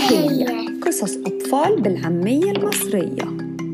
بهية، قصص أطفال بالعامية المصرية.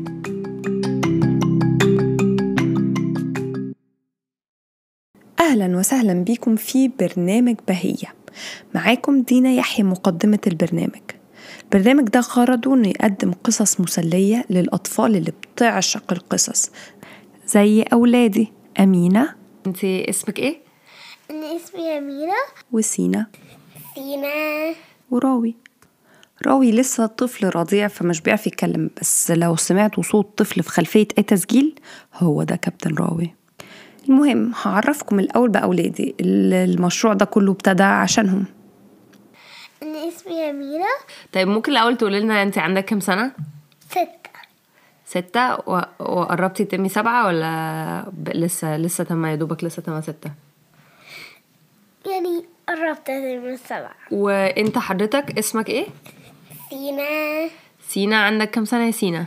أهلا وسهلا بكم في برنامج بهية. معاكم دينا يحيى مقدمة البرنامج. البرنامج ده غرضه إنه يقدم قصص مسلية للأطفال اللي بتعشق القصص زي أولادي أمينة. أنتي اسمك إيه؟ أنا اسمي أمينة. وسينا. سينا. وراوي. راوي لسه طفل رضيع فمش بيعرف يتكلم، بس لو سمعتوا صوت طفل في خلفية أي تسجيل هو ده كابتن راوي. المهم هعرفكم الأول بأولادي. المشروع ده كله ابتدى عشانهم. أنا اسمي أمينة. طيب ممكن الأول تقولي لنا أنت عندك كم سنة؟ 6. وقربتي تتمي 7 ولا لسه تم يا دوبك لسه تم 6؟ يعني قربت من 7. وانت حضرتك اسمك ايه؟ سينا. سينا. عندك كم سنة يا سينا؟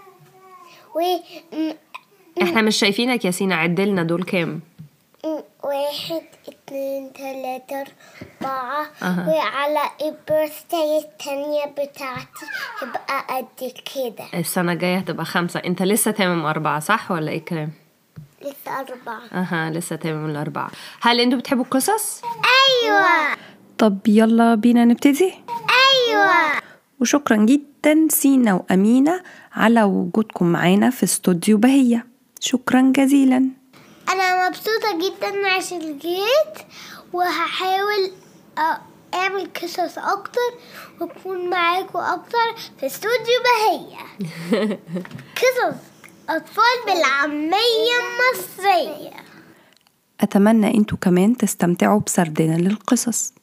احنا مش شايفينك يا سينا، عدلنا دول كام؟ 1 2 3 4. وعلى البرثداي التانية بتاعتي يبقى قد كده. السنة الجاية هتبقى 5. انت لسه تمام 4 صح ولا ايه الكلام؟ لسه 4. لسه تمام 4. هل انتوا بتحبوا القصص؟ أيوة. طب يلا بينا نبتدي. أيوة. وشكرا جدا سينا وأمينة على وجودكم معانا في استوديو بهية. شكرا جزيلا. أنا مبسوطة جدا عشان جيت، وهحاول أعمل قصص أكتر وأكون معاكم أكتر في استوديو بهية. قصص أطفال بالعامية المصرية. أتمنى أنتوا كمان تستمتعوا بسردنا للقصص.